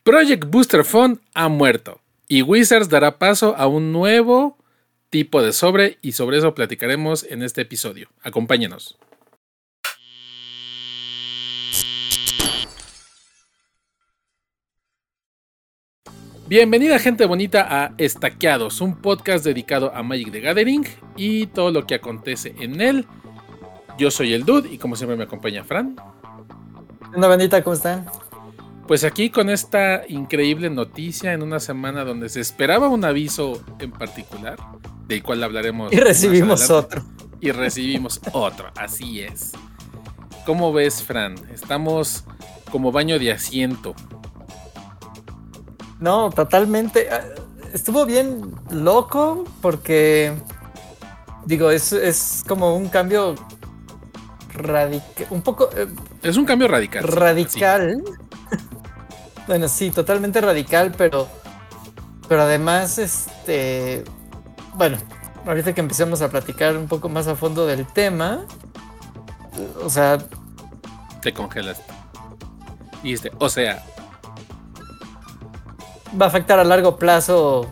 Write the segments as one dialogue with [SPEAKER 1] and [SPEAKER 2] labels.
[SPEAKER 1] Project Booster Fund ha muerto y Wizards dará paso a un nuevo tipo de sobre y sobre eso platicaremos en este episodio. Acompáñenos. Bienvenida gente bonita a Estaqueados, un podcast dedicado a Magic the Gathering y todo lo que acontece en él. Yo soy el Dude y como siempre me acompaña Fran.
[SPEAKER 2] Una bandita, ¿cómo están?
[SPEAKER 1] Pues aquí con esta increíble noticia en una semana donde se esperaba un aviso en particular, del cual hablaremos.
[SPEAKER 2] Y recibimos otro.
[SPEAKER 1] Y recibimos otro, así es. ¿Cómo ves, Fran? Estamos como baño de asiento.
[SPEAKER 2] No, totalmente. Estuvo bien loco porque, digo, es como un cambio radical, un poco...
[SPEAKER 1] es un cambio radical.
[SPEAKER 2] Radical. Sí. Bueno, sí, totalmente radical, pero además, bueno, ahorita que empecemos a platicar un poco más a fondo del tema, o sea...
[SPEAKER 1] Te congelaste. Dijiste, o sea...
[SPEAKER 2] va a afectar a largo plazo,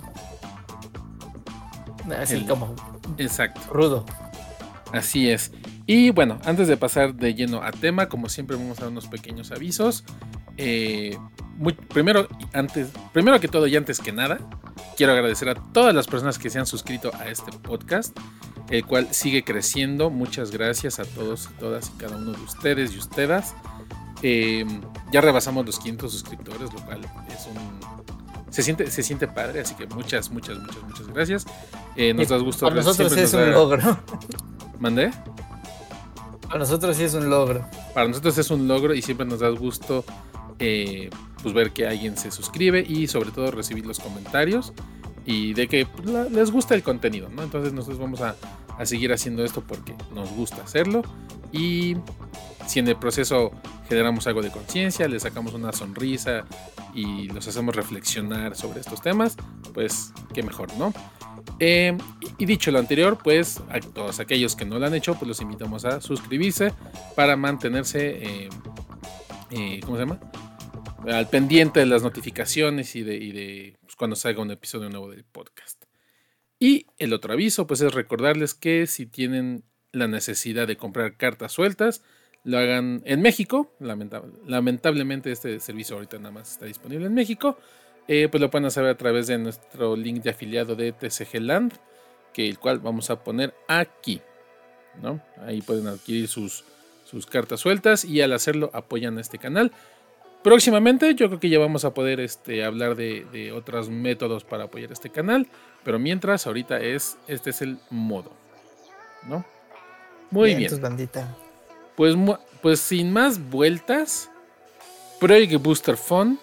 [SPEAKER 2] así como...
[SPEAKER 1] Exacto.
[SPEAKER 2] Rudo.
[SPEAKER 1] Así es. Y bueno, antes de pasar de lleno a tema, como siempre vamos a dar unos pequeños avisos. Primero que todo y antes que nada, quiero agradecer a todas las personas que se han suscrito a este podcast, el cual sigue creciendo. Muchas gracias a todos y todas y cada uno de ustedes y ustedes. Ya rebasamos los 500 suscriptores, lo cual es se siente padre, así que muchas gracias. Nos da gusto.
[SPEAKER 2] Para nosotros sí es un logro.
[SPEAKER 1] ¿Mandé?
[SPEAKER 2] Para nosotros sí es un logro.
[SPEAKER 1] Para nosotros es un logro y siempre nos da gusto pues ver que alguien se suscribe y sobre todo recibir los comentarios y de que les gusta el contenido, ¿no? Entonces nosotros vamos a seguir haciendo esto porque nos gusta hacerlo y si en el proceso generamos algo de conciencia, les sacamos una sonrisa y los hacemos reflexionar sobre estos temas, pues qué mejor, ¿no? Y dicho lo anterior, pues a todos aquellos que no lo han hecho, pues los invitamos a suscribirse para mantenerse, ¿cómo se llama? Al pendiente de las notificaciones y de pues, cuando salga un episodio nuevo del podcast. Y el otro aviso, pues es recordarles que si tienen la necesidad de comprar cartas sueltas, lo hagan en México. Lamentablemente este servicio ahorita nada más está disponible en México. Pues lo pueden hacer a través de nuestro link de afiliado de TCG Land, que el cual vamos a poner aquí, ¿no? Ahí pueden adquirir sus cartas sueltas y al hacerlo apoyan a este canal. Próximamente yo creo que ya vamos a poder hablar de otros métodos para apoyar este canal, pero mientras ahorita este es el modo, ¿no? Muy bien.
[SPEAKER 2] Bandita.
[SPEAKER 1] Pues sin más vueltas, Project Booster Fund,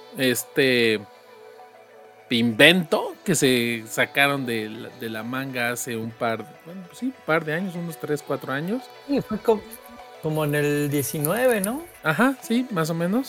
[SPEAKER 1] invento que se sacaron de la manga hace un par de años, unos 3-4 años.
[SPEAKER 2] Sí, fue como en el 19, ¿no?
[SPEAKER 1] Ajá, sí, más o menos.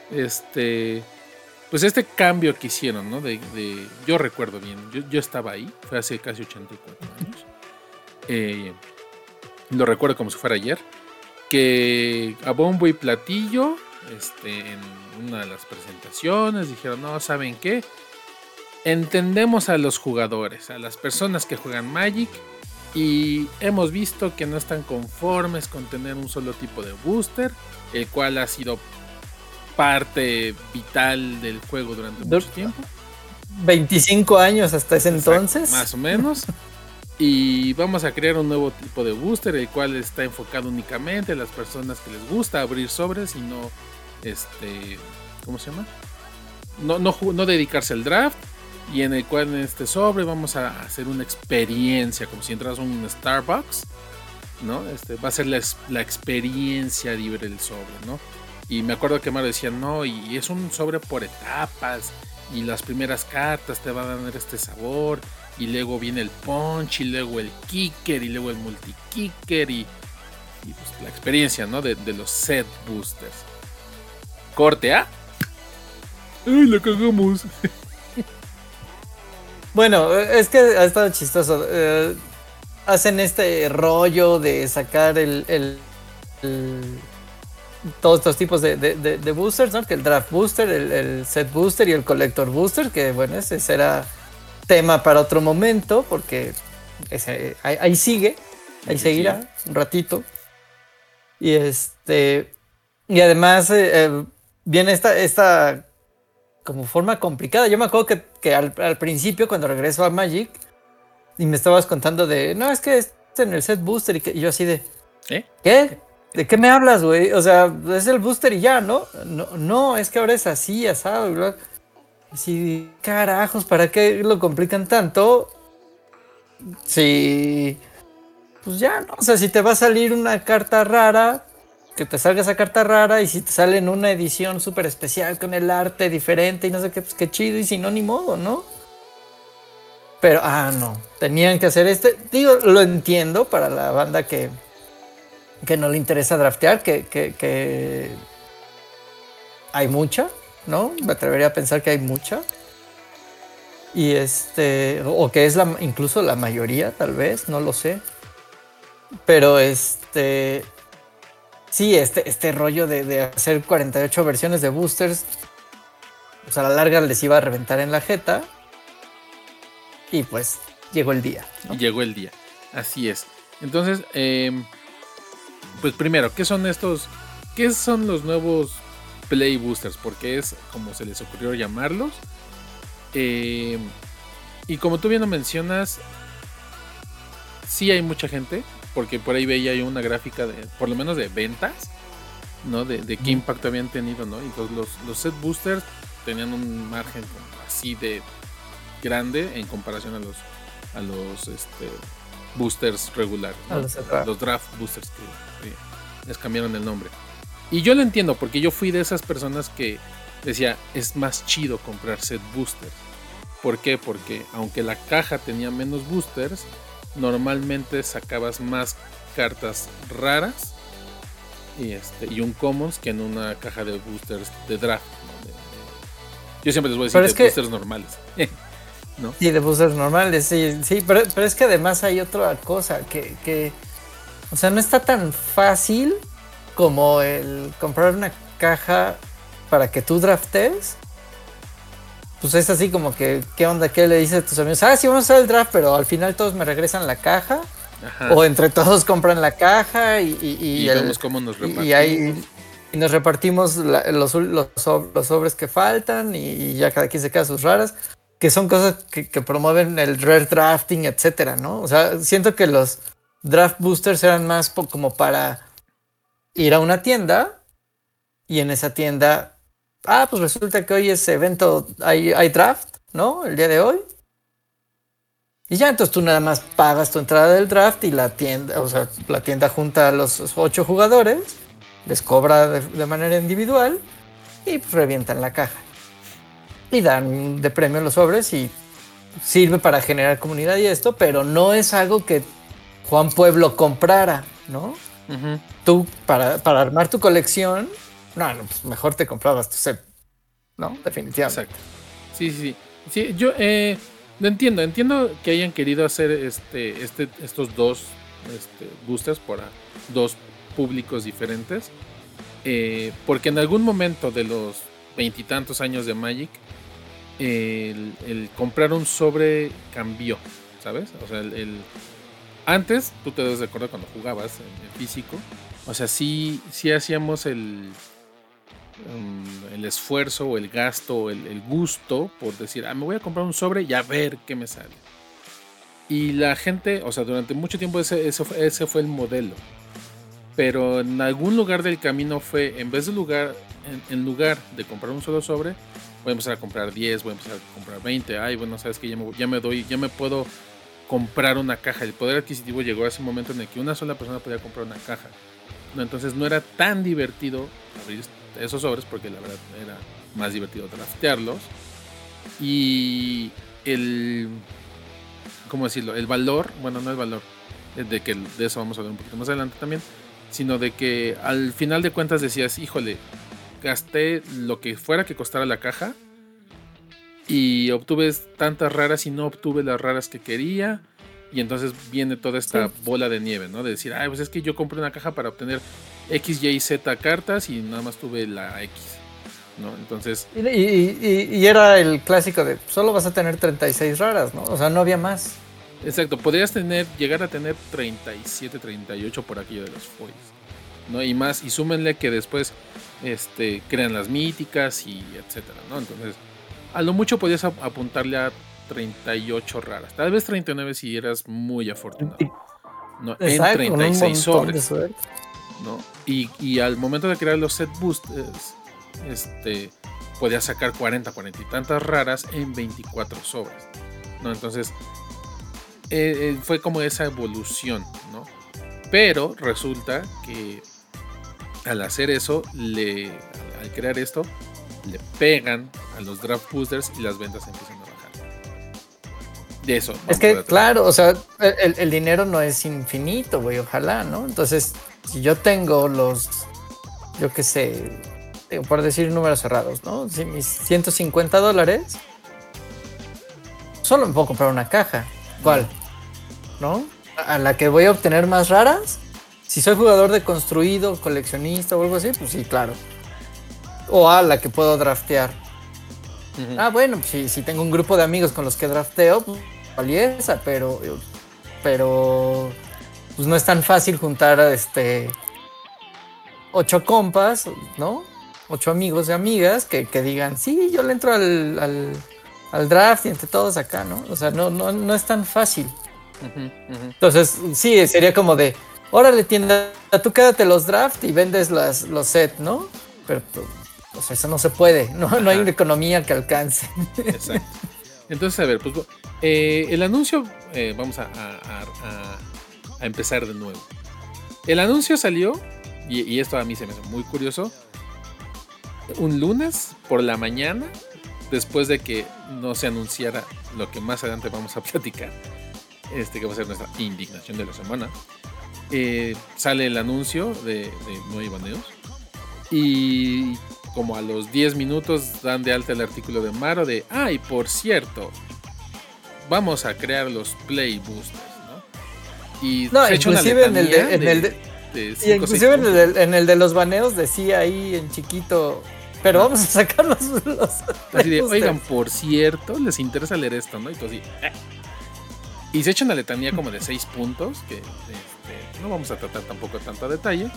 [SPEAKER 1] Pues este cambio que hicieron, ¿no? Yo recuerdo bien, yo estaba ahí, fue hace casi 84 años. Lo recuerdo como si fuera ayer, que a bombo y platillo, en una de las presentaciones dijeron, no, ¿saben qué? Entendemos a los jugadores, a las personas que juegan Magic y hemos visto que no están conformes con tener un solo tipo de booster, el cual ha sido parte vital del juego durante mucho tiempo.
[SPEAKER 2] 25 años hasta ese entonces.
[SPEAKER 1] Más o menos. Y vamos a crear un nuevo tipo de booster, el cual está enfocado únicamente a las personas que les gusta abrir sobres y no, ¿cómo se llama? No dedicarse al draft. Y en el cual en este sobre vamos a hacer una experiencia, como si entras a un Starbucks, ¿no? Va a ser la experiencia libre del sobre, ¿no? Y me acuerdo que Mario decía, no, y es un sobre por etapas, y las primeras cartas te van a dar este sabor, y luego viene el punch, y luego el kicker, y luego el multi-kicker, y pues la experiencia, ¿no? De los set boosters. Corte A. ¡Ay, la cagamos!
[SPEAKER 2] Bueno, es que ha estado chistoso. Hacen este rollo de sacar todos estos tipos de boosters, ¿no? Que el draft booster, el set booster y el collector booster, que bueno, ese será tema para otro momento, porque ahí sigue, ahí seguirá un ratito. Y y además viene esta como forma complicada. Yo me acuerdo que al principio, cuando regreso a Magic, y me estabas contando no, es que es en el set booster, y yo así de, ¿qué? ¿De qué me hablas, güey? O sea, es el booster y ya, ¿no? No, es que ahora es así, asado, ¿verdad? Así, carajos, ¿para qué lo complican tanto? Sí, pues ya, ¿no? O sea, si te va a salir una carta rara, que te salga esa carta rara, y si te sale en una edición súper especial con el arte diferente y no sé qué, pues qué chido, y si no, ni modo, ¿no? Pero, no, tenían que hacer digo, lo entiendo para la banda que no le interesa draftear, que hay mucha, ¿no? Me atrevería a pensar que hay mucha. Y o que es incluso la mayoría, tal vez, no lo sé. Pero sí, este rollo de hacer 48 versiones de boosters, pues a la larga les iba a reventar en la jeta. Y pues llegó el día, ¿no?
[SPEAKER 1] Llegó el día, así es. Entonces, pues primero, ¿qué son los nuevos Play Boosters? Porque es como se les ocurrió llamarlos. Y como tú bien lo mencionas, sí hay mucha gente, porque por ahí veía yo una gráfica por lo menos de ventas, ¿no? De qué impacto habían tenido, ¿no? Entonces los set boosters tenían un margen así de grande en comparación a los boosters regulares, ¿no? Los draft boosters que les cambiaron el nombre. Y yo lo entiendo, porque yo fui de esas personas que decía, es más chido comprar set boosters. ¿Por qué? Porque aunque la caja tenía menos boosters, normalmente sacabas más cartas raras y un commons que en una caja de boosters de draft, ¿no? Yo siempre les voy a decir boosters normales, ¿no?
[SPEAKER 2] Sí, de boosters normales, sí, pero es que además hay otra cosa que o sea, no está tan fácil como el comprar una caja para que tú draftes. Pues es así como que, ¿qué onda? ¿Qué le dices a tus amigos? Sí, vamos a hacer el draft, pero al final todos me regresan la caja. Ajá. O entre todos compran la caja y
[SPEAKER 1] vemos cómo nos repartimos.
[SPEAKER 2] Y nos repartimos los sobres que faltan y ya cada quien se queda sus raras. Que son cosas que promueven el rare drafting, etcétera, ¿no? O sea, siento que los draft boosters eran más como para ir a una tienda y en esa tienda... pues resulta que hoy ese evento hay draft, ¿no? El día de hoy. Y ya, entonces tú nada más pagas tu entrada del draft y la tienda junta a los 8 jugadores, les cobra de manera individual y pues revientan la caja. Y dan de premio los sobres y sirve para generar comunidad y esto, pero no es algo que Juan Pueblo comprara, ¿no? Uh-huh. Tú, para armar tu colección... No, pues mejor te comprabas tu set, ¿no? Definitivamente.
[SPEAKER 1] Exacto. Sí, yo lo entiendo que hayan querido hacer estos dos boosters para dos públicos diferentes, porque en algún momento de los 20 y tantos años de Magic, el comprar un sobre cambió, ¿sabes? O sea, antes, tú te debes de acuerdo cuando jugabas en físico, o sea, sí hacíamos el esfuerzo o el gasto o el gusto por decir, me voy a comprar un sobre y a ver qué me sale. Y la gente, o sea, durante mucho tiempo ese fue el modelo. Pero en algún lugar del camino fue, en lugar de comprar un solo sobre, voy a empezar a comprar 10, voy a empezar a comprar 20. Bueno, sabes que ya me puedo comprar una caja. El poder adquisitivo llegó a ese momento en el que una sola persona podía comprar una caja. No, entonces no era tan divertido abrir esos sobres, porque la verdad era más divertido draftearlos. Y ¿cómo decirlo? El valor, bueno, no el valor, de eso vamos a hablar un poquito más adelante también, sino de que al final de cuentas decías, híjole, gasté lo que fuera que costara la caja y obtuve tantas raras y no obtuve las raras que quería. Y entonces viene toda esta bola de nieve, ¿no? De decir, pues es que yo compré una caja para obtener X, Y, Z cartas y nada más tuve la X, ¿no? Entonces...
[SPEAKER 2] Y era el clásico de solo vas a tener 36 raras, ¿no? O sea, no había más.
[SPEAKER 1] Exacto, podrías llegar a tener 37, 38 por aquello de los foils, ¿no? Y más, y súmenle que después crean las míticas y etcétera, ¿no? Entonces, a lo mucho podías apuntarle a 38 raras, tal vez 39 si eras muy afortunado, ¿no?
[SPEAKER 2] Exacto,
[SPEAKER 1] en 36 sobres, ¿no? Y al momento de crear los set boosters, podías sacar 40 y tantas raras en 24 sobres, ¿no? Entonces, fue como esa evolución, ¿no? Pero resulta que al hacer eso, al crear esto, le pegan a los draft boosters y las ventas empiezan a bajar. De eso.
[SPEAKER 2] Es que, claro, o sea, el dinero no es infinito, güey, ojalá, ¿no? Entonces, si yo tengo yo qué sé, por decir números cerrados, ¿no? Si mis $150, solo me puedo comprar una caja. ¿Cuál? ¿No? A la que voy a obtener más raras. Si soy jugador de construido, coleccionista o algo así, pues sí, claro. O a la que puedo draftear. Uh-huh. Bueno, pues si tengo un grupo de amigos con los que drafteo, pues valiesa, pero pues no es tan fácil juntar a 8 compas, ¿no? 8 amigos y amigas que digan, sí, yo le entro al draft y entre todos acá, ¿no? O sea, no es tan fácil. Uh-huh, uh-huh. Entonces, sí, sería como de, órale, tienda, tú quédate los draft y vendes los sets, ¿no? Pero, o sea, eso no se puede, no hay una economía que alcance.
[SPEAKER 1] Exacto. Entonces, a ver, pues el anuncio, vamos a empezar de nuevo. El anuncio salió, y esto a mí se me hace muy curioso, un lunes por la mañana, después de que no se anunciara lo que más adelante vamos a platicar, que va a ser nuestra indignación de la semana. Sale el anuncio de Nueve Baneos y como a los 10 minutos dan de alta el artículo de Maro de y por cierto, vamos a crear los Play Boosters, ¿no? Y
[SPEAKER 2] no, inclusive en el de los baneos decía ahí en chiquito, pero vamos a sacar los
[SPEAKER 1] así de, oigan, por cierto, les interesa leer esto, ¿no? Y tú así, Y se echa una letanía como de 6 puntos, que no vamos a tratar tampoco tanto detalle.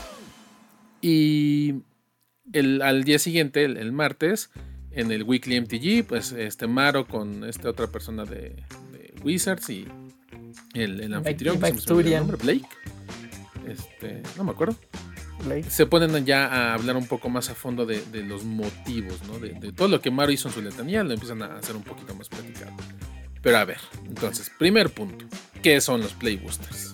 [SPEAKER 1] Y al día siguiente, el martes, en el Weekly MTG, pues Maro con otra persona de Wizards y el anfitrión, que se me olvidó el nombre, Blake. No me acuerdo. Blake. Se ponen ya a hablar un poco más a fondo de los motivos, ¿no? De todo lo que Maro hizo en su letanía, lo empiezan a hacer un poquito más platicado. Pero a ver, entonces, primer punto, ¿qué son los Play Boosters?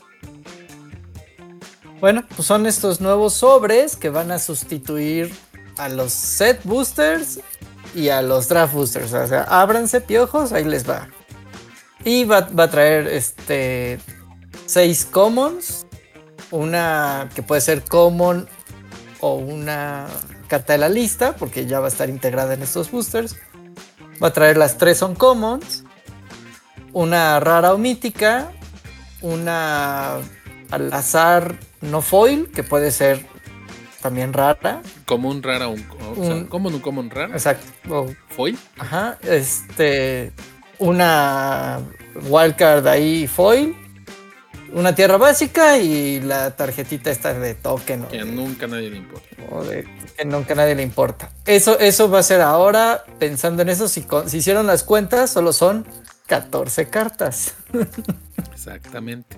[SPEAKER 2] Bueno, pues son estos nuevos sobres que van a sustituir a los Set Boosters y a los Draft Boosters. O sea, ábranse piojos, ahí les va. Y va a traer 6 Commons, una que puede ser Common o una carta de la lista, porque ya va a estar integrada en estos boosters. Va a traer las 3 Uncommons, una rara o mítica, una al azar no foil, que puede ser también rara.
[SPEAKER 1] Común rara, común rara.
[SPEAKER 2] Exacto.
[SPEAKER 1] Foil.
[SPEAKER 2] Ajá. Una wildcard ahí foil, una tierra básica y la tarjetita esta de token.
[SPEAKER 1] Que nunca a nadie le importa.
[SPEAKER 2] Que nunca a nadie le importa. Eso va a ser ahora, pensando en eso, si hicieron las cuentas, solo son 14 cartas.
[SPEAKER 1] Exactamente.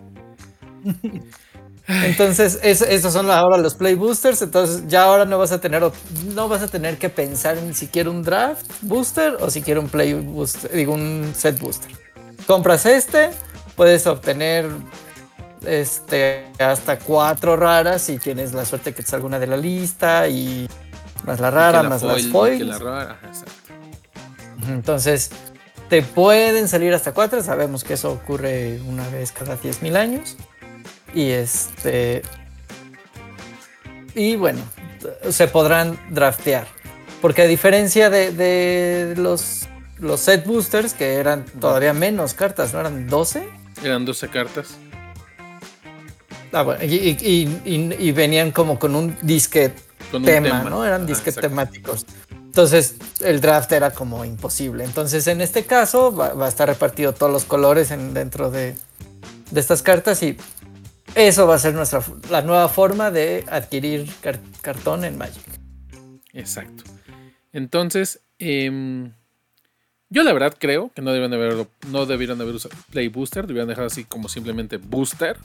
[SPEAKER 2] Entonces, esos son ahora los Play Boosters. Entonces, ya ahora no vas a tener que pensar en si quiero un Draft Booster o si quiero un Play Booster, un Set Booster. Compras puedes obtener hasta 4 raras si tienes la suerte que te salga una de la lista y más la rara, más las foils.
[SPEAKER 1] Ajá, exacto.
[SPEAKER 2] Entonces, te pueden salir hasta 4. Sabemos que eso ocurre una vez cada 10,000 años. Y bueno, se podrán draftear. Porque a diferencia de los set boosters, que eran todavía menos cartas, ¿no? ¿Eran 12?
[SPEAKER 1] Eran 12 cartas.
[SPEAKER 2] Bueno, y venían como con un disque tema, ¿no? Eran disques temáticos. Entonces el draft era como imposible. Entonces en este caso va a estar repartido todos los colores dentro de estas cartas y eso va a ser la nueva forma de adquirir cartón en Magic.
[SPEAKER 1] Exacto. Entonces, yo la verdad creo que no debieron haber usado Play Booster, debieron dejar así como simplemente Booster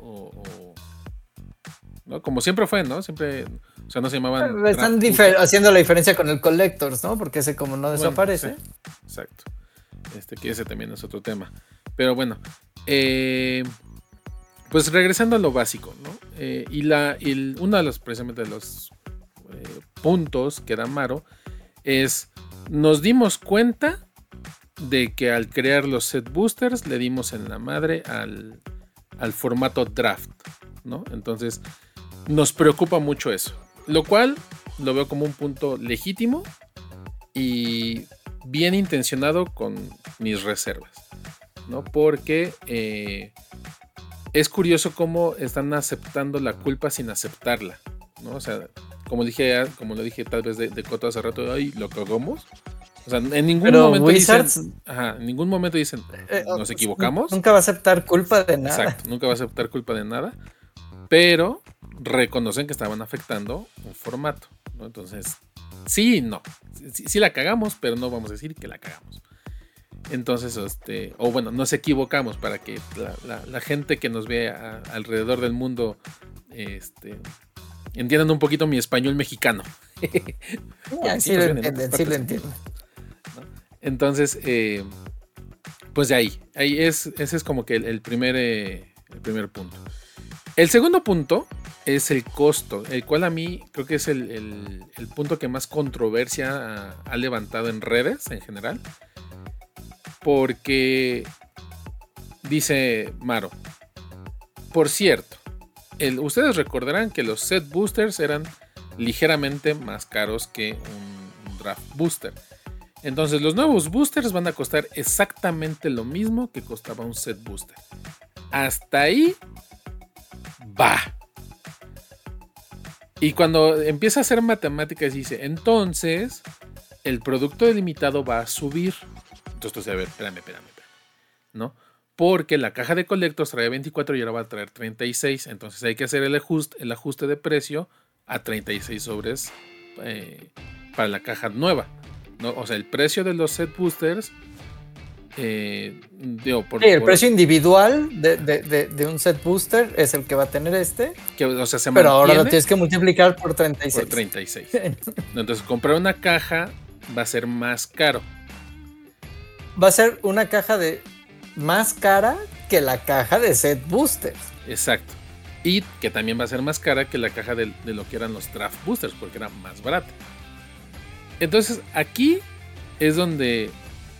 [SPEAKER 1] ¿no? Como siempre fue, ¿no? Siempre, o sea, no se llamaban.
[SPEAKER 2] Están haciendo la diferencia con el Collectors, ¿no? Porque ese como no desaparece.
[SPEAKER 1] Bueno, sí, exacto. Que ese también es otro tema. Pero bueno, pues regresando a lo básico, ¿no? Uno de los, precisamente de los puntos que da Maro es, nos dimos cuenta de que al crear los set boosters le dimos en la madre al formato draft, ¿no? Entonces nos preocupa mucho eso, lo cual lo veo como un punto legítimo y bien intencionado con mis reservas, ¿no? Porque es curioso cómo están aceptando la culpa sin aceptarla, ¿no? O sea, como lo dije tal vez de Coto hace rato, ay, lo cagamos. O sea, en ningún momento dicen, nos equivocamos.
[SPEAKER 2] Nunca va a aceptar culpa de nada.
[SPEAKER 1] Exacto, nunca va a aceptar culpa de nada. Pero reconocen que estaban afectando un formato, ¿no? Entonces, sí y no. Sí la cagamos, pero no vamos a decir que la cagamos. Entonces, o bueno, nos equivocamos para que la gente que nos ve alrededor del mundo, entiendan un poquito mi español mexicano.
[SPEAKER 2] Sí lo entienden.
[SPEAKER 1] ¿No? Entonces, pues de ahí ese es como que el primer punto. El segundo punto es el costo, el cual a mí creo que es el punto que más controversia ha levantado en redes en general. Porque dice Maro, por cierto, ustedes recordarán que los set boosters eran ligeramente más caros que un draft booster. Entonces los nuevos boosters van a costar exactamente lo mismo que costaba un set booster. Hasta ahí va. Y cuando empieza a hacer matemáticas dice, entonces el producto delimitado va a subir. Entonces, a ver, espérame, ¿no? Porque la caja de Collectors trae 24 y ahora va a traer 36. Entonces hay que hacer el ajuste de precio a 36 sobres para la caja nueva, ¿no? O sea, el precio de los set boosters. El
[SPEAKER 2] precio individual de un set booster es el que va a tener pero ahora lo tienes que multiplicar por 36.
[SPEAKER 1] Por 36. Entonces, comprar una caja va a ser más caro.
[SPEAKER 2] Va a ser una caja más cara que la caja de set boosters.
[SPEAKER 1] Exacto. Y que también va a ser más cara que la caja de lo que eran los draft boosters, porque era más barata. Entonces, aquí es donde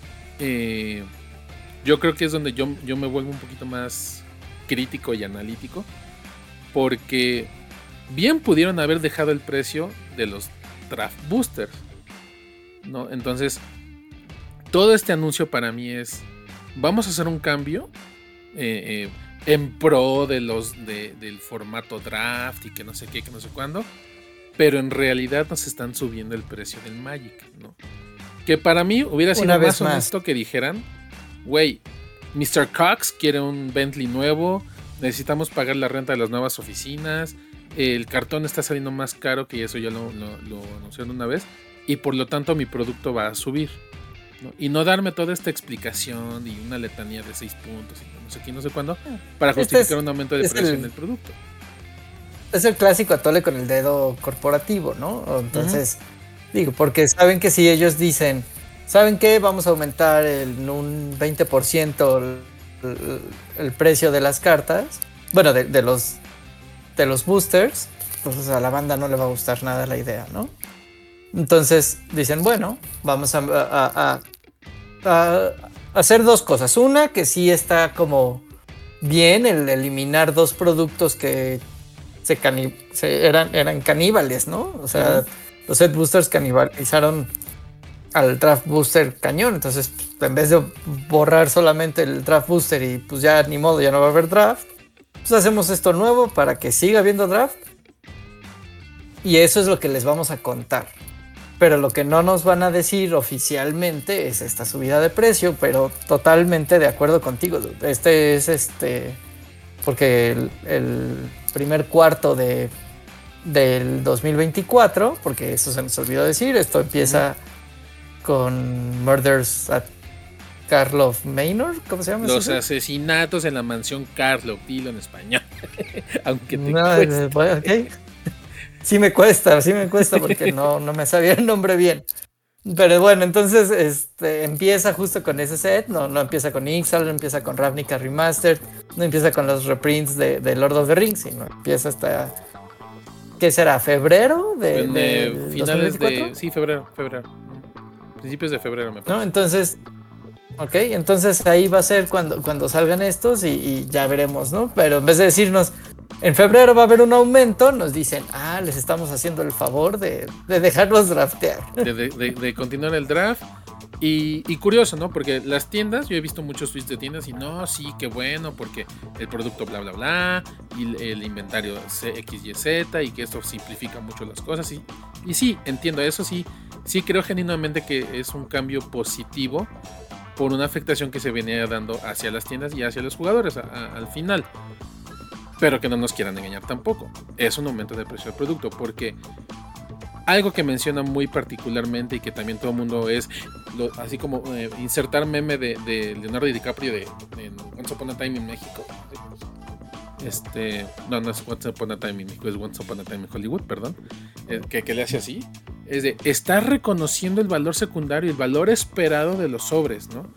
[SPEAKER 1] yo creo que es donde yo me vuelvo un poquito más crítico y analítico, porque bien pudieron haber dejado el precio de los draft boosters, ¿no? Entonces, todo este anuncio para mí es, vamos a hacer un cambio en pro del formato draft y que no sé qué, que no sé cuándo, pero en realidad nos están subiendo el precio del Magic, ¿no? Que para mí hubiera sido más honesto que dijeran, güey, Mr. Cox quiere un Bentley nuevo, necesitamos pagar la renta de las nuevas oficinas, el cartón está saliendo más caro, que eso ya lo anunciaron una vez, y por lo tanto mi producto va a subir, ¿no? Y no darme toda esta explicación y una letanía de 6 puntos y no sé qué, no sé cuándo, para justificar un aumento de precio en el producto.
[SPEAKER 2] Es el clásico atole con el dedo corporativo, ¿no? Entonces, digo, porque saben que si ellos dicen, ¿saben qué? Vamos a aumentar en un 20% el precio de las cartas, bueno, de los boosters, pues a la banda no le va a gustar nada la idea, ¿no? Entonces dicen, bueno, vamos a hacer dos cosas. Una, que sí está como bien el eliminar dos productos que eran caníbales, ¿no? O sea, los set boosters canibalizaron al draft booster cañón. Entonces, en vez de borrar solamente el draft booster y pues ya ni modo, ya no va a haber draft, pues hacemos esto nuevo para que siga habiendo draft. Y eso es lo que les vamos a contar. Pero lo que no nos van a decir oficialmente es esta subida de precio, pero totalmente de acuerdo contigo. Este es porque el primer cuarto del 2024, porque eso se nos olvidó decir, esto empieza con Murders at Karlov Manor, ¿cómo se llama?
[SPEAKER 1] Los asesinatos en la mansión Karlov, dilo en español. Aunque te
[SPEAKER 2] cueste. Okay. Sí me cuesta porque no me sabía el nombre bien. Pero bueno, entonces empieza justo con ese set, no empieza con Ixalan, no empieza con Ravnica Remastered, no empieza con los reprints de Lord of the Rings, sino empieza hasta, ¿qué será? ¿Febrero?
[SPEAKER 1] Finales 2024? Sí, febrero. Principios de febrero me parece.
[SPEAKER 2] ¿No? Entonces, entonces ahí va a ser cuando salgan estos y ya veremos, ¿no? Pero en vez de decirnos, en febrero va a haber un aumento, nos dicen, les estamos haciendo el favor de dejarlos draftear.
[SPEAKER 1] De continuar el draft. Y curioso, ¿no? Porque las tiendas, yo he visto muchos tweets de tiendas y no, sí, qué bueno, porque el producto bla, bla, bla, y el inventario XYZ, y que esto simplifica mucho las cosas. Y sí, entiendo, eso sí creo genuinamente que es un cambio positivo por una afectación que se venía dando hacia las tiendas y hacia los jugadores al final. Pero que no nos quieran engañar tampoco. Es un aumento del precio del producto, porque algo que menciona muy particularmente y que también todo el mundo es, así como insertar meme de Leonardo DiCaprio de Once Upon a Time in México. No es Once Upon a Time in México, es Once Upon a Time in Hollywood, perdón. Que le hace así. Es de, estás reconociendo el valor secundario, el valor esperado de los sobres, ¿no?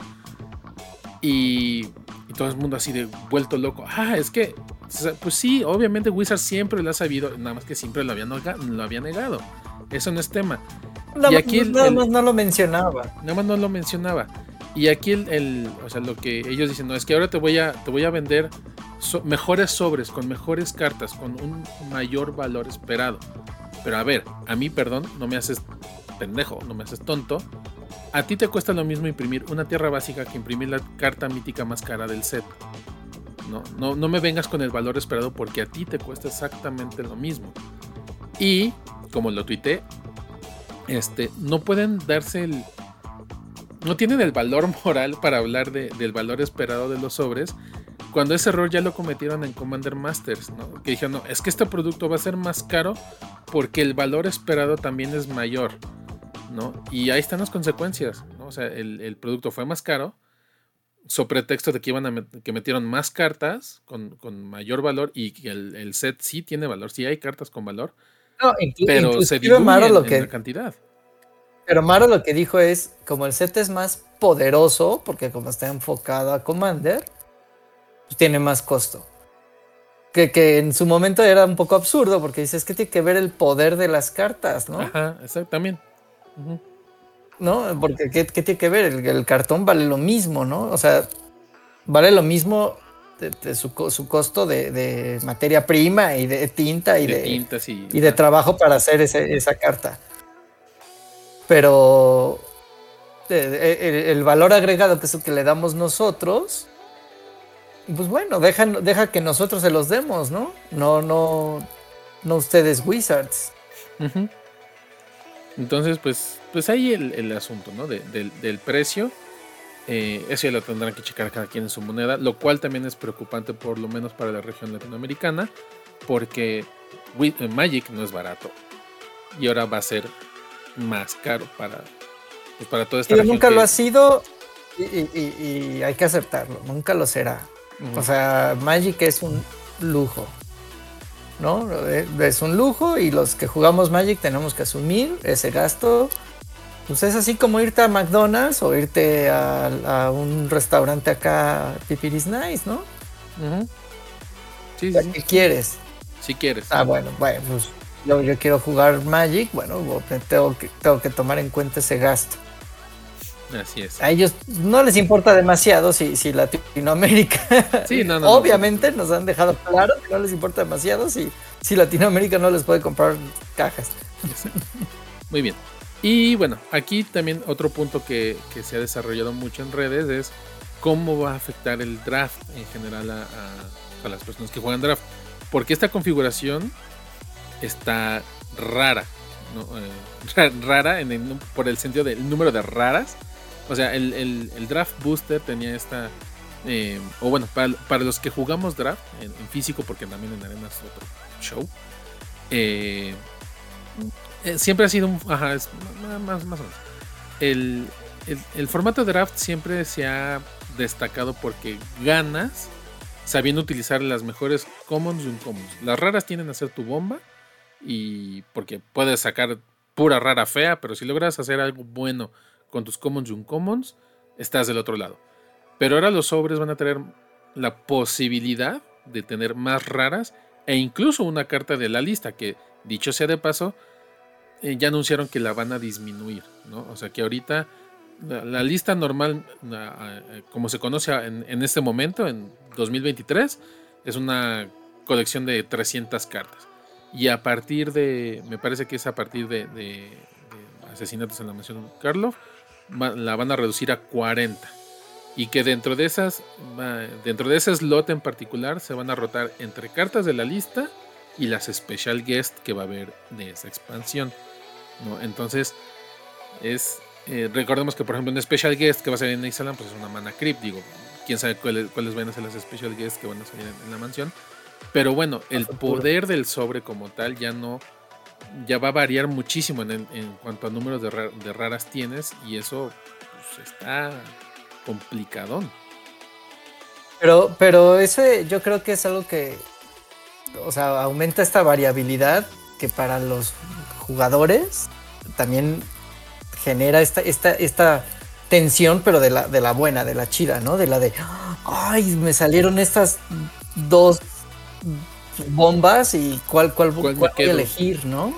[SPEAKER 1] Y todo el mundo así de vuelto loco. Es que, pues sí, obviamente Wizards siempre lo ha sabido, nada más que siempre lo había negado. Eso no es tema.
[SPEAKER 2] Y aquí nada más no lo mencionaba.
[SPEAKER 1] Nada más no lo mencionaba. Y aquí o sea, lo que ellos dicen, no, es que ahora te voy a vender mejores sobres, con mejores cartas, con un mayor valor esperado. Pero a ver, a mí, perdón, no me haces pendejo, no me haces tonto. A ti te cuesta lo mismo imprimir una tierra básica que imprimir la carta mítica más cara del set. No me vengas con el valor esperado, porque a ti te cuesta exactamente lo mismo. Y, como lo tuiteé, no pueden darse no tienen el valor moral para hablar del valor esperado de los sobres, cuando ese error ya lo cometieron en Commander Masters, ¿no? Que dijeron, no, es que este producto va a ser más caro porque el valor esperado también es mayor, ¿no? Y ahí están las consecuencias, ¿no? O sea, el producto fue más caro, sobre pretexto de que que metieron más cartas con mayor valor, y que el set sí tiene valor, sí hay cartas con valor, pero se diluye en la cantidad.
[SPEAKER 2] Pero Maro lo que dijo es, como el set es más poderoso, porque como está enfocado a Commander, pues tiene más costo. Que en su momento era un poco absurdo, porque dices que tiene que ver el poder de las cartas, ¿no?
[SPEAKER 1] Ajá, exactamente. Uh-huh.
[SPEAKER 2] ¿No? Porque ¿qué tiene que ver? El cartón vale lo mismo, ¿no? O sea, vale lo mismo de su costo de materia prima y de tinta y de trabajo para hacer esa carta. Pero el valor agregado, que es el que le damos nosotros, pues bueno, deja que nosotros se los demos, ¿no? No ustedes Wizards.
[SPEAKER 1] Uh-huh. Entonces, pues ahí el asunto, ¿no? Del precio. Eso ya lo tendrán que checar cada quien en su moneda, lo cual también es preocupante, por lo menos para la región latinoamericana, porque Magic no es barato y ahora va a ser más caro para toda esta región.
[SPEAKER 2] Nunca lo ha sido, y hay que aceptarlo, nunca lo será. Uh-huh. O sea, Magic es un lujo, ¿no? Es un lujo, y los que jugamos Magic tenemos que asumir ese gasto. Pues es así como irte a McDonald's o irte a un restaurante acá, Pipiris Nice, ¿no?
[SPEAKER 1] Uh-huh. Sí.
[SPEAKER 2] ¿Qué quieres?
[SPEAKER 1] Si quieres.
[SPEAKER 2] Bueno, pues yo quiero jugar Magic, bueno, tengo que tomar en cuenta ese gasto.
[SPEAKER 1] Así es.
[SPEAKER 2] A ellos no les importa demasiado si Latinoamérica.
[SPEAKER 1] Sí, no,
[SPEAKER 2] obviamente nos han dejado claro que no les importa demasiado si Latinoamérica no les puede comprar cajas.
[SPEAKER 1] Muy bien. Y bueno, aquí también otro punto que se ha desarrollado mucho en redes es cómo va a afectar el draft en general o sea, las personas que juegan draft, porque esta configuración está rara, ¿no? Rara por el sentido del número de raras. O sea, el Draft Booster tenía esta... o bueno, para los que jugamos draft en físico, porque también en arena es otro show, siempre ha sido un... Ajá, es más o menos. El formato de draft siempre se ha destacado porque ganas sabiendo utilizar las mejores commons y uncommons. Las raras tienden a ser tu bomba, y porque puedes sacar pura rara fea, pero si logras hacer algo bueno con tus commons y uncommons, estás del otro lado. Pero ahora los sobres van a tener la posibilidad de tener más raras e incluso una carta de la lista que, dicho sea de paso, ya anunciaron que la van a disminuir, ¿no? O sea que ahorita la lista normal, como se conoce en este momento, en 2023, es una colección de 300 cartas. Y a partir de, me parece que es a partir de Asesinatos en la Mansión Karlov, la van a reducir a 40. Y que dentro de ese slot en particular se van a rotar entre cartas de la lista y las Special Guest que va a haber de esa expansión, ¿no? Entonces, recordemos que por ejemplo un Special Guest que va a salir en Ixalan, pues es una mana creep. Digo, quién sabe cuáles van a ser las Special Guests que van a salir en la mansión. Pero bueno, el poder del sobre como tal ya va a variar muchísimo en cuanto a números de raras tienes, y eso pues, está complicadón.
[SPEAKER 2] Pero ese yo creo que es algo que, o sea, aumenta esta variabilidad que para los jugadores también genera esta tensión, pero de la buena, de la chida, ¿no? De la de, ay, me salieron estas dos bombas y cuál voy a elegir, ¿no?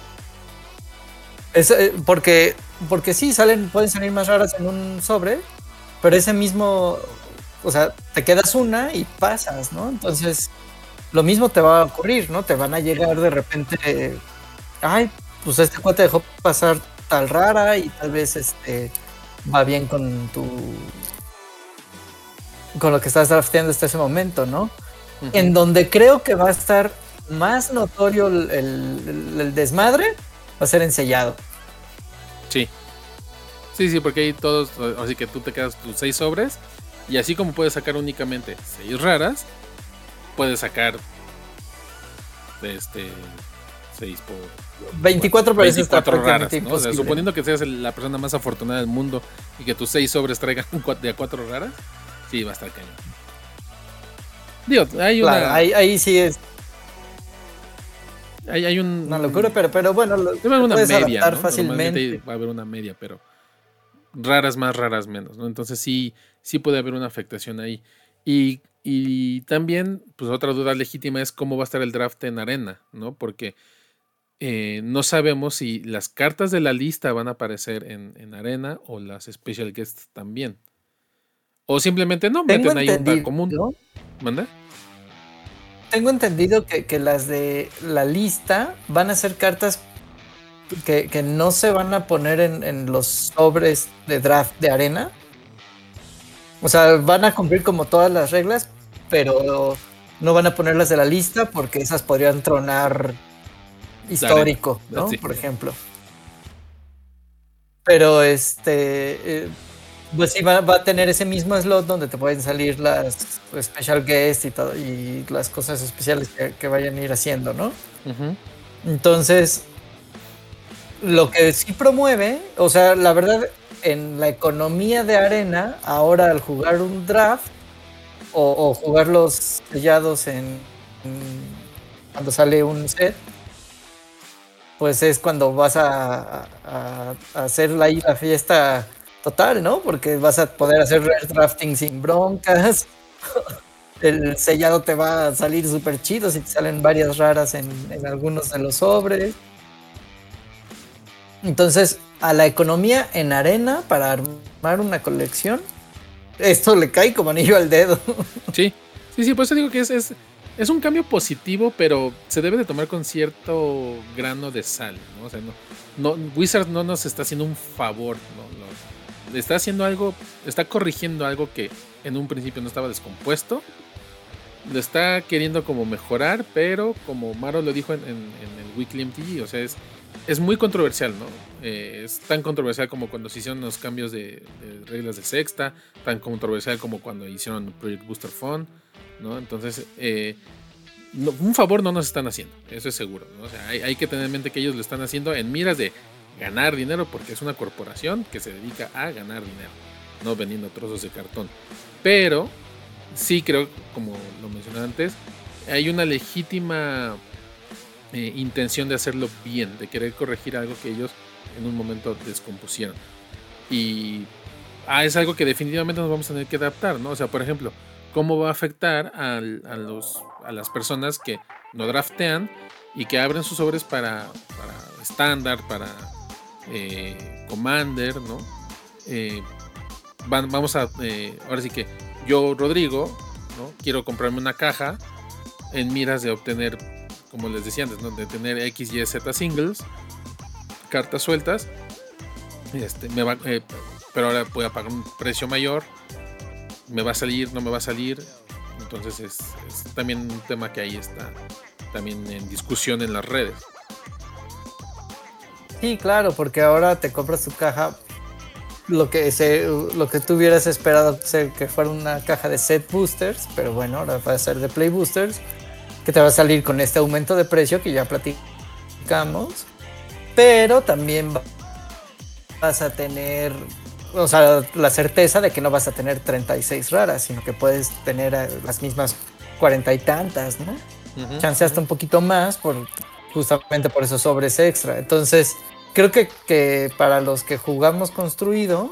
[SPEAKER 2] Porque sí, pueden salir más raras en un sobre, pero ese mismo, o sea, te quedas una y pasas, ¿no? Entonces, lo mismo te va a ocurrir, ¿no? Te van a llegar de repente, ay, pues este cuate dejó pasar tal rara y tal vez va bien con lo que estás drafteando hasta ese momento, ¿no? Uh-huh. En donde creo que va a estar más notorio el desmadre, va a ser en sellado.
[SPEAKER 1] Sí, porque ahí todos, así que tú te quedas tus 6 sobres, y así como puedes sacar únicamente 6 raras, puedes sacar 6 por
[SPEAKER 2] 24
[SPEAKER 1] raras, ¿no? O sea, suponiendo que seas la persona más afortunada del mundo y que tus 6 sobres traigan de a 4 raras, sí va a estar cañón. Digo, hay
[SPEAKER 2] claro, ahí sí es.
[SPEAKER 1] Hay
[SPEAKER 2] una locura, pero bueno,
[SPEAKER 1] debe haber una media, ¿no?
[SPEAKER 2] Fácilmente.
[SPEAKER 1] Va a haber una media, pero raras más, raras menos, ¿no? Entonces sí puede haber una afectación ahí. Y también, pues otra duda legítima es cómo va a estar el draft en arena, ¿no? Porque no sabemos si las cartas de la lista van a aparecer en arena o las Special Guests también. O simplemente no, meten ahí un común, ¿no? ¿Manda?
[SPEAKER 2] Tengo entendido que las de la lista van a ser cartas que no se van a poner en los sobres de draft de arena. O sea, van a cumplir como todas las reglas, pero no van a ponerlas de la lista porque esas podrían tronar histórico, ¿no? Sí. Por ejemplo. Pero pues sí va a tener ese mismo slot donde te pueden salir las Special Guests y todo, y las cosas especiales que vayan a ir haciendo, ¿no? Uh-huh. Entonces, lo que sí promueve, o sea, la verdad, en la economía de arena, ahora al jugar un draft o jugar los sellados cuando sale un set, pues es cuando vas a hacer ahí la fiesta total, ¿no? Porque vas a poder hacer drafting sin broncas. El sellado te va a salir súper chido si te salen varias raras en algunos de los sobres. Entonces, a la economía en arena para armar una colección, esto le cae como anillo al dedo.
[SPEAKER 1] Sí, por eso digo que es un cambio positivo, pero se debe de tomar con cierto grano de sal, ¿no? O sea, Wizards no nos está haciendo un favor, ¿no? Está haciendo algo, está corrigiendo algo que en un principio no estaba descompuesto, lo está queriendo como mejorar, pero como Maro lo dijo en el Weekly MTG, o sea, es muy controversial, ¿no? Es tan controversial como cuando se hicieron los cambios de reglas de sexta, tan controversial como cuando hicieron Project Booster Fund, ¿no? Entonces, un favor no nos están haciendo, eso es seguro, ¿no? O sea, hay que tener en mente que ellos lo están haciendo en miras de ganar dinero, porque es una corporación que se dedica a ganar dinero, no vendiendo trozos de cartón. Pero sí creo, como lo mencioné antes, hay una legítima intención de hacerlo bien, de querer corregir algo que ellos en un momento descompusieron. Y es algo que definitivamente nos vamos a tener que adaptar, ¿no? O sea, por ejemplo, ¿cómo va a afectar a las personas que no draftean y que abren sus sobres para estándar, para Commander, ¿no? Vamos a... ahora sí que yo, Rodrigo, ¿no? Quiero comprarme una caja en miras de obtener, como les decía antes, ¿no? De tener X, Y, Z singles, cartas sueltas, pero ahora voy a pagar un precio mayor, me va a salir, no me va a salir. Entonces es también un tema que ahí está también en discusión en las redes.
[SPEAKER 2] Sí, claro, porque ahora te compras tu caja, lo que tú hubieras esperado que fuera una caja de set boosters, pero bueno, ahora va a ser de play boosters, que te va a salir con este aumento de precio que ya platicamos, pero también vas a tener, o sea, la certeza de que no vas a tener 36 raras, sino que puedes tener las mismas 40 y tantas, ¿no? Uh-huh. Chance hasta un poquito más justamente por esos sobres extra. Entonces, creo que para los que jugamos construido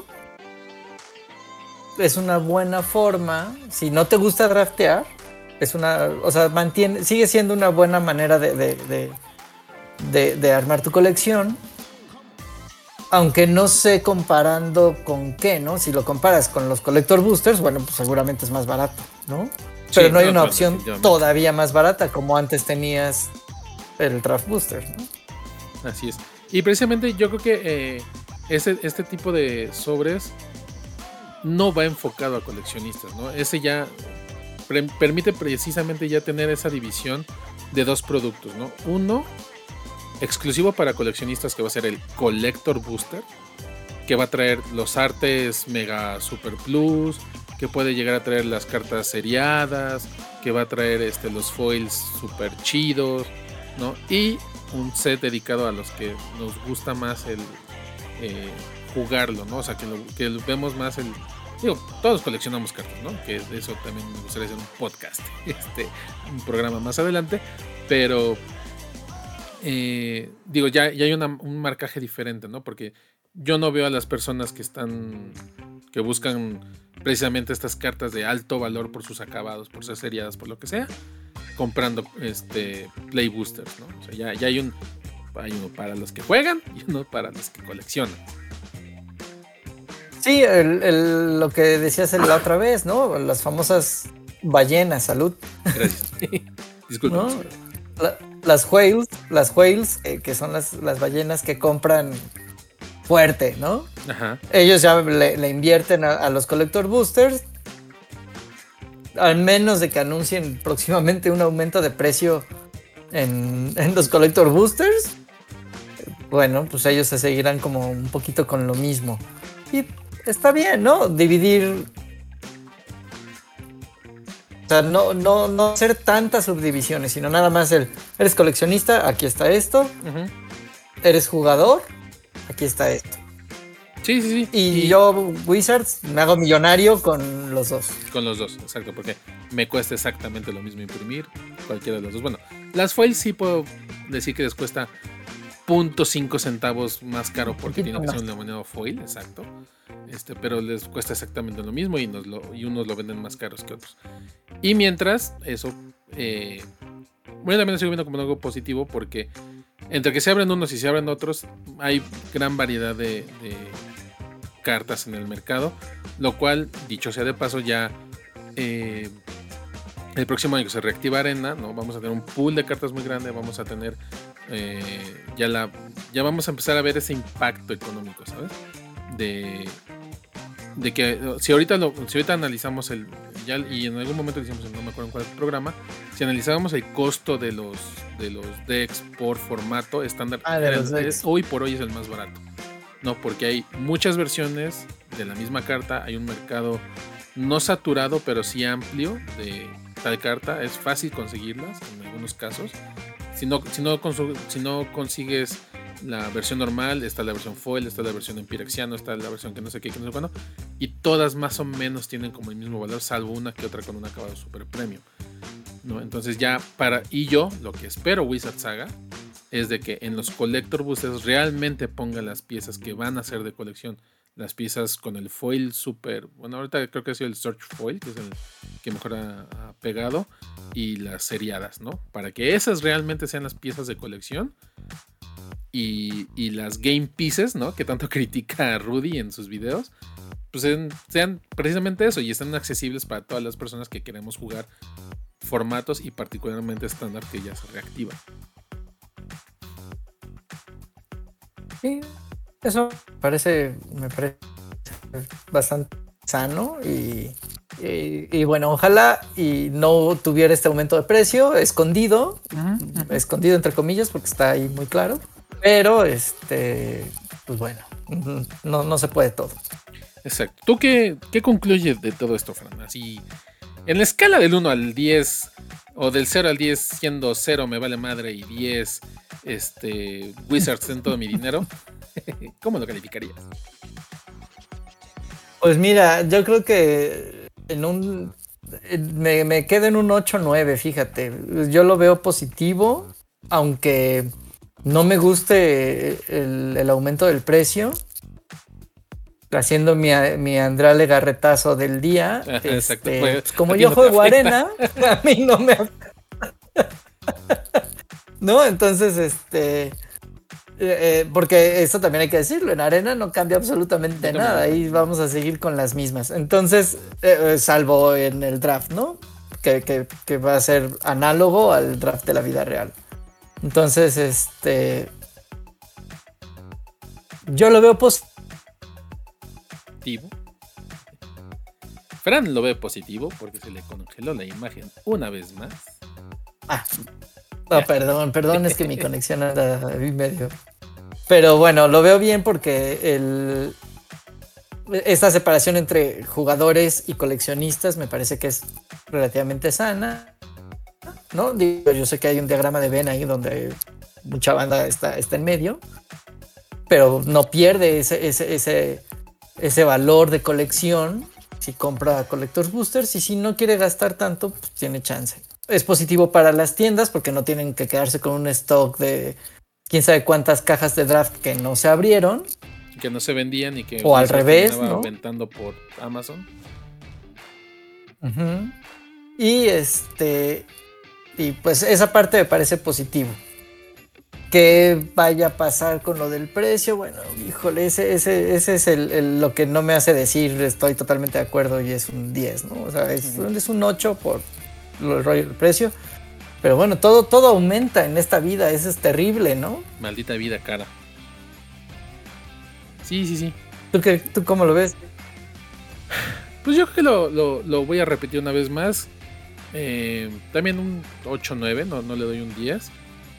[SPEAKER 2] es una buena forma. Si no te gusta draftear, sigue siendo una buena manera de armar tu colección. Aunque no sé comparando con qué, ¿no? Si lo comparas con los Collector Boosters, bueno, pues seguramente es más barato, ¿no? Pero sí, no hay una opción todavía más barata como antes tenías el Draft Booster, ¿no?
[SPEAKER 1] Así es. Y precisamente yo creo que este tipo de sobres no va enfocado a coleccionistas, ¿no? Ese ya permite precisamente ya tener esa división de dos productos, ¿no? Uno exclusivo para coleccionistas, que va a ser el Collector Booster, que va a traer los artes Mega Super Plus, que puede llegar a traer las cartas seriadas, que va a traer los foils super chidos, ¿no? Y un set dedicado a los que nos gusta más el jugarlo, ¿no? O sea, que vemos más todos coleccionamos cartas, ¿no? Que de eso también me gustaría hacer un podcast, un programa más adelante, pero ya hay un marcaje diferente, ¿no? Porque yo no veo a las personas que buscan precisamente estas cartas de alto valor por sus acabados, por ser seriadas, por lo que sea, comprando play boosters, ¿no? O sea, ya hay uno para los que juegan y uno para los que coleccionan.
[SPEAKER 2] Sí, lo que decías la otra vez, ¿no? Las famosas ballenas, salud.
[SPEAKER 1] Gracias. Disculpa. ¿No?
[SPEAKER 2] Las whales, que son las ballenas que compran fuerte, ¿no?
[SPEAKER 1] Ajá.
[SPEAKER 2] Ellos ya le invierten a los Collector Boosters, al menos de que anuncien próximamente un aumento de precio en los Collector Boosters. Bueno, pues ellos se seguirán como un poquito con lo mismo. Y está bien, ¿no? Dividir. O sea, no hacer tantas subdivisiones, sino nada más eres coleccionista, aquí está esto. Uh-huh. Eres jugador, aquí está esto.
[SPEAKER 1] Sí.
[SPEAKER 2] Y yo, Wizards, me hago millonario con los dos.
[SPEAKER 1] Con los dos, exacto, porque me cuesta exactamente lo mismo imprimir cualquiera de los dos. Bueno, las foils sí puedo decir que les cuesta 0.5 centavos más caro porque tiene que ser un laminado foil, exacto. Pero les cuesta exactamente lo mismo y unos lo venden más caros que otros. Y mientras eso, bueno, también lo sigo viendo como algo positivo porque entre que se abren unos y se abren otros, hay gran variedad de cartas en el mercado, lo cual, dicho sea de paso, ya el próximo año que se reactiva Arena, ¿no? Vamos a tener un pool de cartas muy grande, vamos a tener ya vamos a empezar a ver ese impacto económico, ¿sabes? De que si ahorita analizamos el y en algún momento decíamos, no me acuerdo en cuál programa, si analizábamos el costo de los decks por formato estándar, hoy por hoy es el más barato, ¿no? Porque hay muchas versiones de la misma carta, hay un mercado no saturado, pero sí amplio de tal carta, es fácil conseguirlas en algunos casos. Si no consigues la versión normal, está la versión foil, está la versión en Pyrexiano, está la versión que no sé qué, que no sé cuándo, y todas más o menos tienen como el mismo valor, salvo una que otra con un acabado super premium, ¿no? Entonces ya lo que espero Wizard Saga es de que en los collector boosters realmente pongan las piezas que van a ser de colección, las piezas con el foil super, bueno, ahorita creo que ha sido el Search Foil, que es el que mejor ha pegado, y las seriadas, ¿no? Para que esas realmente sean las piezas de colección. Y las game pieces, ¿no? Que tanto critica Rudy en sus videos, pues sean precisamente eso y están accesibles para todas las personas que queremos jugar formatos y particularmente estándar que ya se reactiva.
[SPEAKER 2] Sí, eso me parece bastante sano y bueno, ojalá y no tuviera este aumento de precio escondido entre comillas, porque está ahí muy claro. Pero, pues bueno, no se puede todo.
[SPEAKER 1] Exacto. ¿Tú qué concluyes de todo esto, Fran? Así, en la escala del 1 al 10, o del 0 al 10, siendo 0 me vale madre y 10, Wizards en todo mi dinero, ¿cómo lo calificarías?
[SPEAKER 2] Pues mira, yo creo que me quedo en un 8-9, fíjate. Yo lo veo positivo, aunque no me guste el aumento del precio, haciendo mi Andrale garretazo del día.
[SPEAKER 1] Exacto,
[SPEAKER 2] pues como yo juego arena, a mí no me ¿no? Entonces, porque eso también hay que decirlo, en arena no cambia absolutamente nada, ahí vamos a seguir con las mismas. Entonces, salvo en el draft, ¿no? Que va a ser análogo al draft de la vida real. Entonces, yo lo veo positivo.
[SPEAKER 1] Fran lo ve positivo porque se le congeló la imagen una vez más.
[SPEAKER 2] No, perdón, es que mi conexión anda ahí medio. Pero bueno, lo veo bien porque esta separación entre jugadores y coleccionistas me parece que es relativamente sana, ¿no? Digo, yo sé que hay un diagrama de Venn ahí donde mucha banda está en medio, pero no pierde ese valor de colección si compra Collector's Boosters, y si no quiere gastar tanto, pues tiene chance. Es positivo para las tiendas porque no tienen que quedarse con un stock de quién sabe cuántas cajas de draft que no se abrieron,
[SPEAKER 1] que no se vendían y que
[SPEAKER 2] o al revés, ¿no?
[SPEAKER 1] Inventando por Amazon.
[SPEAKER 2] Uh-huh. Y pues esa parte me parece positivo. Que vaya a pasar con lo del precio, bueno, híjole, ese es lo que no me hace decir estoy totalmente de acuerdo y es un 10, ¿no? O sea, es un 8 por el precio. Pero bueno, todo aumenta en esta vida, eso es terrible, ¿no?
[SPEAKER 1] Maldita vida cara. Sí.
[SPEAKER 2] ¿Tú cómo lo ves?
[SPEAKER 1] Pues yo creo que lo voy a repetir una vez más. También un 8-9, no le doy un 10.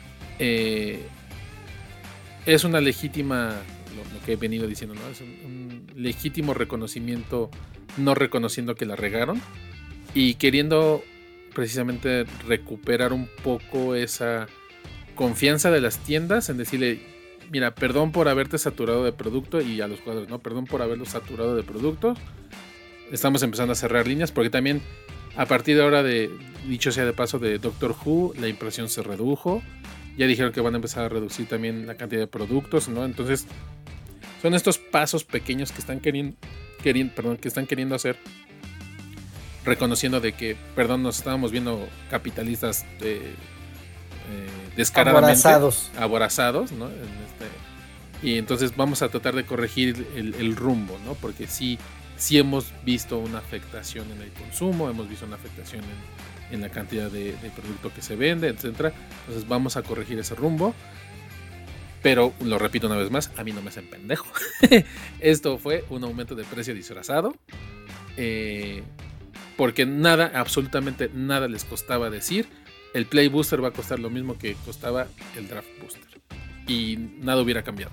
[SPEAKER 1] Es una legítima, lo que he venido diciendo, ¿no? Es un legítimo reconocimiento, no reconociendo que la regaron y queriendo precisamente recuperar un poco esa confianza de las tiendas en decirle, mira, perdón por haberte saturado de producto, y a los jugadores, ¿no? Perdón por haberlos saturado de productos. Estamos empezando a cerrar líneas porque también a partir de ahora, dicho sea de paso, de Doctor Who, la impresión se redujo. Ya dijeron que van a empezar a reducir también la cantidad de productos, ¿no? Entonces, son estos pasos pequeños que están queriendo hacer, reconociendo de que, nos estábamos viendo capitalistas descaradamente aborazados, ¿no? Y entonces vamos a tratar de corregir el rumbo, ¿no? Porque sí hemos visto una afectación en el consumo, hemos visto una afectación en la cantidad de producto que se vende, etcétera. Entonces vamos a corregir ese rumbo. Pero lo repito una vez más, a mí no me hacen pendejo. Esto fue un aumento de precio disfrazado. porque nada, absolutamente nada les costaba decir, el Play Booster va a costar lo mismo que costaba el Draft Booster. Y nada hubiera cambiado.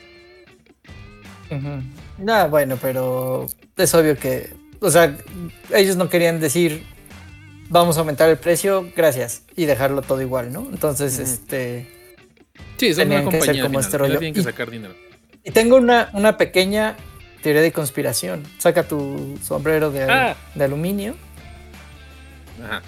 [SPEAKER 2] No, bueno, pero es obvio que, o sea, ellos no querían decir vamos a aumentar el precio, gracias, y dejarlo todo igual, ¿no? Entonces,
[SPEAKER 1] sí, son una compañía
[SPEAKER 2] como
[SPEAKER 1] final, tienen que sacar dinero.
[SPEAKER 2] Y tengo una pequeña teoría de conspiración. Saca tu sombrero de aluminio.
[SPEAKER 1] Ajá.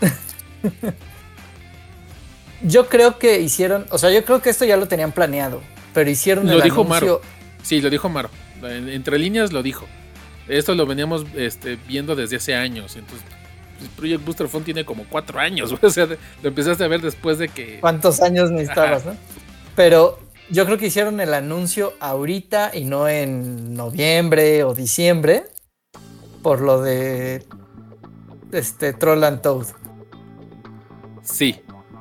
[SPEAKER 2] Yo creo que hicieron, o sea, yo creo que esto ya lo tenían planeado, pero hicieron
[SPEAKER 1] el anuncio. Lo dijo Maro. Sí, lo dijo Maro. Entre líneas lo dijo. Esto lo veníamos viendo desde hace años. Entonces, Project Booster Phone tiene como 4 años. O sea, lo empezaste a ver después de que...
[SPEAKER 2] ¿Cuántos años necesitabas, no? Pero yo creo que hicieron el anuncio ahorita y no en noviembre o diciembre por lo de Troll and Toad.
[SPEAKER 1] Sí.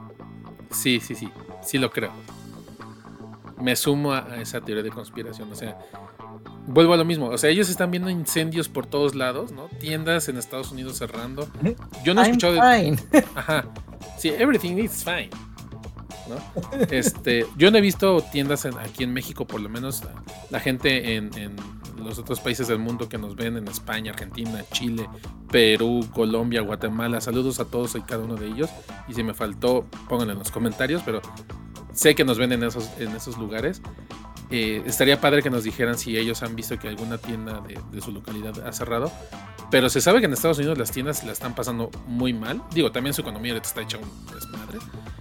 [SPEAKER 1] Sí lo creo. Me sumo a esa teoría de conspiración. O sea, vuelvo a lo mismo. O sea, ellos están viendo incendios por todos lados, ¿no? Tiendas en Estados Unidos cerrando. Yo no he escuchado
[SPEAKER 2] fine.
[SPEAKER 1] Ajá. Sí, everything is fine, ¿no? Yo no he visto tiendas aquí en México, por lo menos la gente en los otros países del mundo que nos ven, en España, Argentina, Chile, Perú, Colombia, Guatemala. Saludos a todos y cada uno de ellos. Y si me faltó, pónganlo en los comentarios, pero sé que nos ven en esos lugares. Estaría padre que nos dijeran si ellos han visto que alguna tienda de su localidad ha cerrado. Pero se sabe que en Estados Unidos las tiendas la están pasando muy mal. Digo, también su economía ahorita está hecha un desmadre.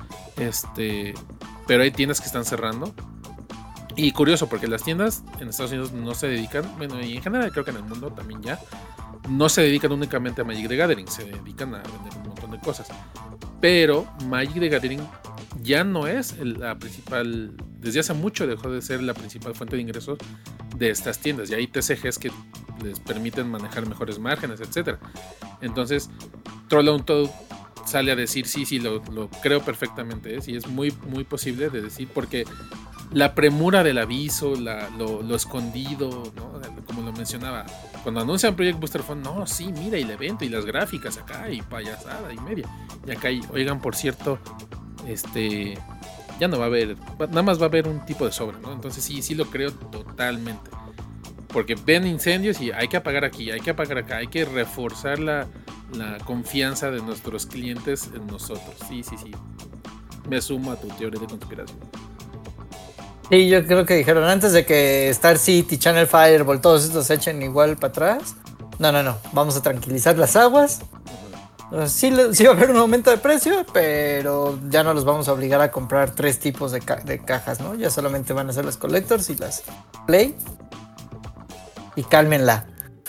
[SPEAKER 1] Pero hay tiendas que están cerrando. Y curioso, porque las tiendas en Estados Unidos no se dedican, bueno, y en general creo que en el mundo también ya, no se dedican únicamente a Magic the Gathering, se dedican a vender un montón de cosas. Pero Magic the Gathering ya no es la principal, desde hace mucho dejó de ser la principal fuente de ingresos de estas tiendas. Y hay TCGs que les permiten manejar mejores márgenes, etc. Entonces, Troll and Toad sale a decir, sí, lo creo perfectamente, y es muy, muy posible de decir, porque la premura del aviso, lo escondido, ¿no? Como lo mencionaba, cuando anuncian Project Booster Phone, no, sí, mira, y el evento, y las gráficas acá, y payasada, y media. Y acá, oigan, por cierto, ya no va a haber, nada más va a haber un tipo de sobre, ¿no? Entonces sí lo creo totalmente. Porque ven incendios y hay que apagar aquí, hay que apagar acá, hay que reforzar la confianza de nuestros clientes en nosotros. Sí. Me sumo a tu teoría de conspiración.
[SPEAKER 2] Sí, yo creo que dijeron antes de que Star City, Channel Fireball, todos estos se echen igual para atrás. No, vamos a tranquilizar las aguas. Sí va a haber un aumento de precio, pero ya no los vamos a obligar a comprar 3 tipos de cajas, ¿no? Ya solamente van a ser las Collectors y las Play. Y cálmenla.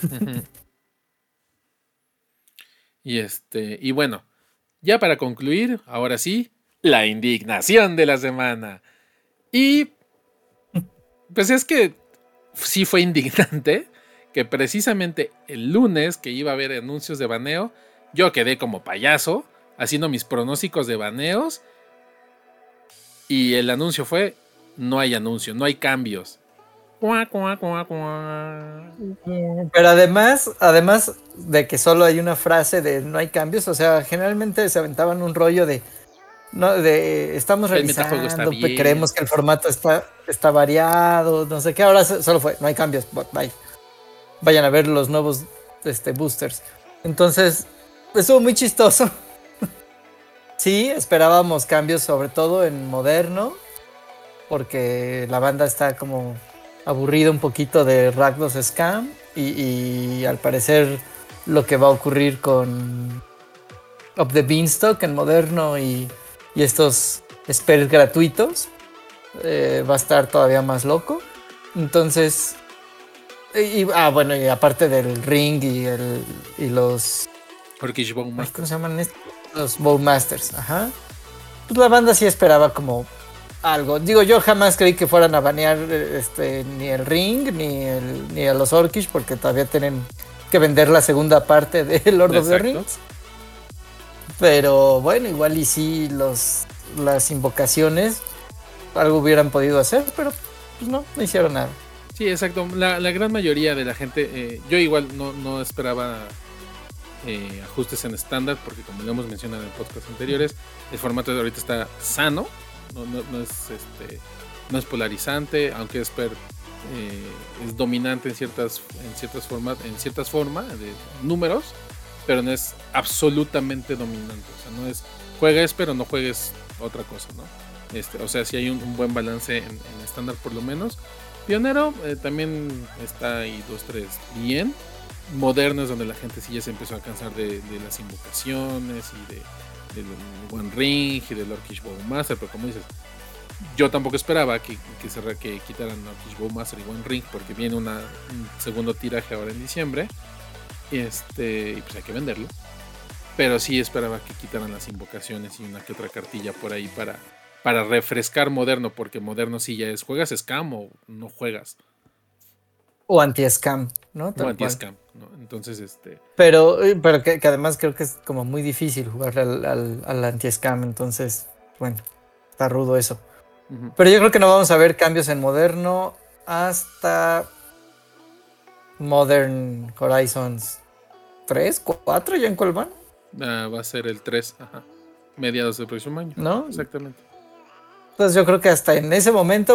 [SPEAKER 1] Y bueno, ya para concluir, ahora sí, la indignación de la semana. Y pues es que sí fue indignante que precisamente el lunes que iba a haber anuncios de baneo, yo quedé como payaso haciendo mis pronósticos de baneos y el anuncio fue: no hay anuncio, no hay cambios.
[SPEAKER 2] Pero además de que solo hay una frase de no hay cambios, o sea, generalmente se aventaban un rollo de estamos revisando, creemos que el formato está variado, no sé qué. Ahora solo fue, no hay cambios, bye. Vayan a ver los nuevos boosters. Entonces, estuvo muy chistoso. Sí, esperábamos cambios, sobre todo en Moderno, porque la banda está como aburrida un poquito de Rakdos Scam y al parecer lo que va a ocurrir con Up the Beanstalk en Moderno y estos spells gratuitos va a estar todavía más loco. Entonces bueno, y aparte del Ring y los ¿cómo se llaman estos? Los Bowmasters, ajá. Pues la banda sí esperaba como algo. Digo, yo jamás creí que fueran a banear ni el Ring ni a los Orcish, porque todavía tienen que vender la segunda parte de Lord of the Rings. Pero bueno, igual y sí las invocaciones algo hubieran podido hacer, pero pues no hicieron nada.
[SPEAKER 1] Sí, exacto. La gran mayoría de la gente, yo igual no esperaba ajustes en estándar, porque como lo hemos mencionado en podcasts anteriores, el formato de ahorita está sano, no es polarizante, aunque es dominante en ciertas formas de números, pero no es absolutamente dominante. O sea, no es juegues, pero no juegues otra cosa, ¿no? O sea, sí hay un buen balance en estándar por lo menos. Pionero también está ahí 2-3 bien. Moderno es donde la gente sí ya se empezó a cansar de las invocaciones y del One Ring y del Orcish Bowmaster, pero como dices, yo tampoco esperaba que quitaran Orcish Bowmaster y One Ring, porque viene un segundo tiraje ahora en diciembre, y pues hay que venderlo. Pero sí esperaba que quitaran las invocaciones y una que otra cartilla por ahí para refrescar Moderno, porque Moderno sí ya es, ¿juegas Scam o no juegas?
[SPEAKER 2] O anti-scam, ¿no?
[SPEAKER 1] O anti-scam, ¿no? Entonces,
[SPEAKER 2] Pero que además creo que es como muy difícil jugar al anti-scam, entonces, bueno, está rudo eso. Uh-huh. Pero yo creo que no vamos a ver cambios en Moderno hasta Modern Horizons 3, 4, ¿ya en cuál van?
[SPEAKER 1] Va a ser el 3, ajá. Mediados del próximo año.
[SPEAKER 2] ¿No?
[SPEAKER 1] Exactamente.
[SPEAKER 2] Entonces yo creo que hasta en ese momento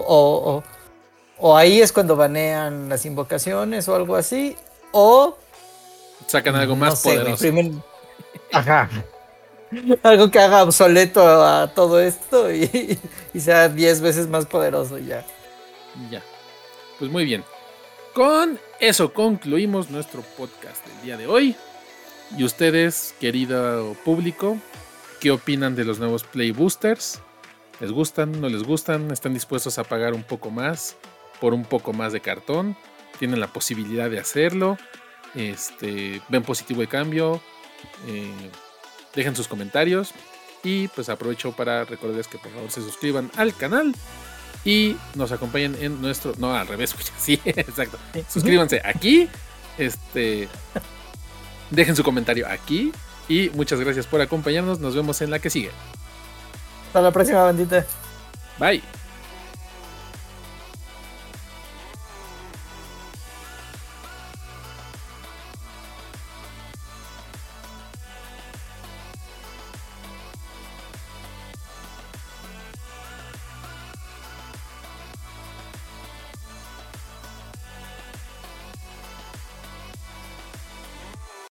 [SPEAKER 2] o ahí es cuando banean las invocaciones o algo así, o
[SPEAKER 1] sacan algo más poderoso.
[SPEAKER 2] Ajá. Algo que haga obsoleto a todo esto y sea 10 veces más poderoso ya.
[SPEAKER 1] Ya. Pues muy bien. Con eso concluimos nuestro podcast del día de hoy. Y ustedes, querido público, ¿qué opinan de los nuevos Play Boosters? ¿Les gustan? ¿No les gustan? ¿Están dispuestos a pagar un poco más por un poco más de cartón? ¿Tienen la posibilidad de hacerlo? ¿Ven positivo el cambio? Dejen sus comentarios. Y pues aprovecho para recordarles que por favor se suscriban al canal y nos acompañen en nuestro... No, al revés, sí, exacto. Suscríbanse aquí. Dejen su comentario aquí. Y muchas gracias por acompañarnos. Nos vemos en la que sigue.
[SPEAKER 2] Hasta la próxima, bandita.
[SPEAKER 1] Bye.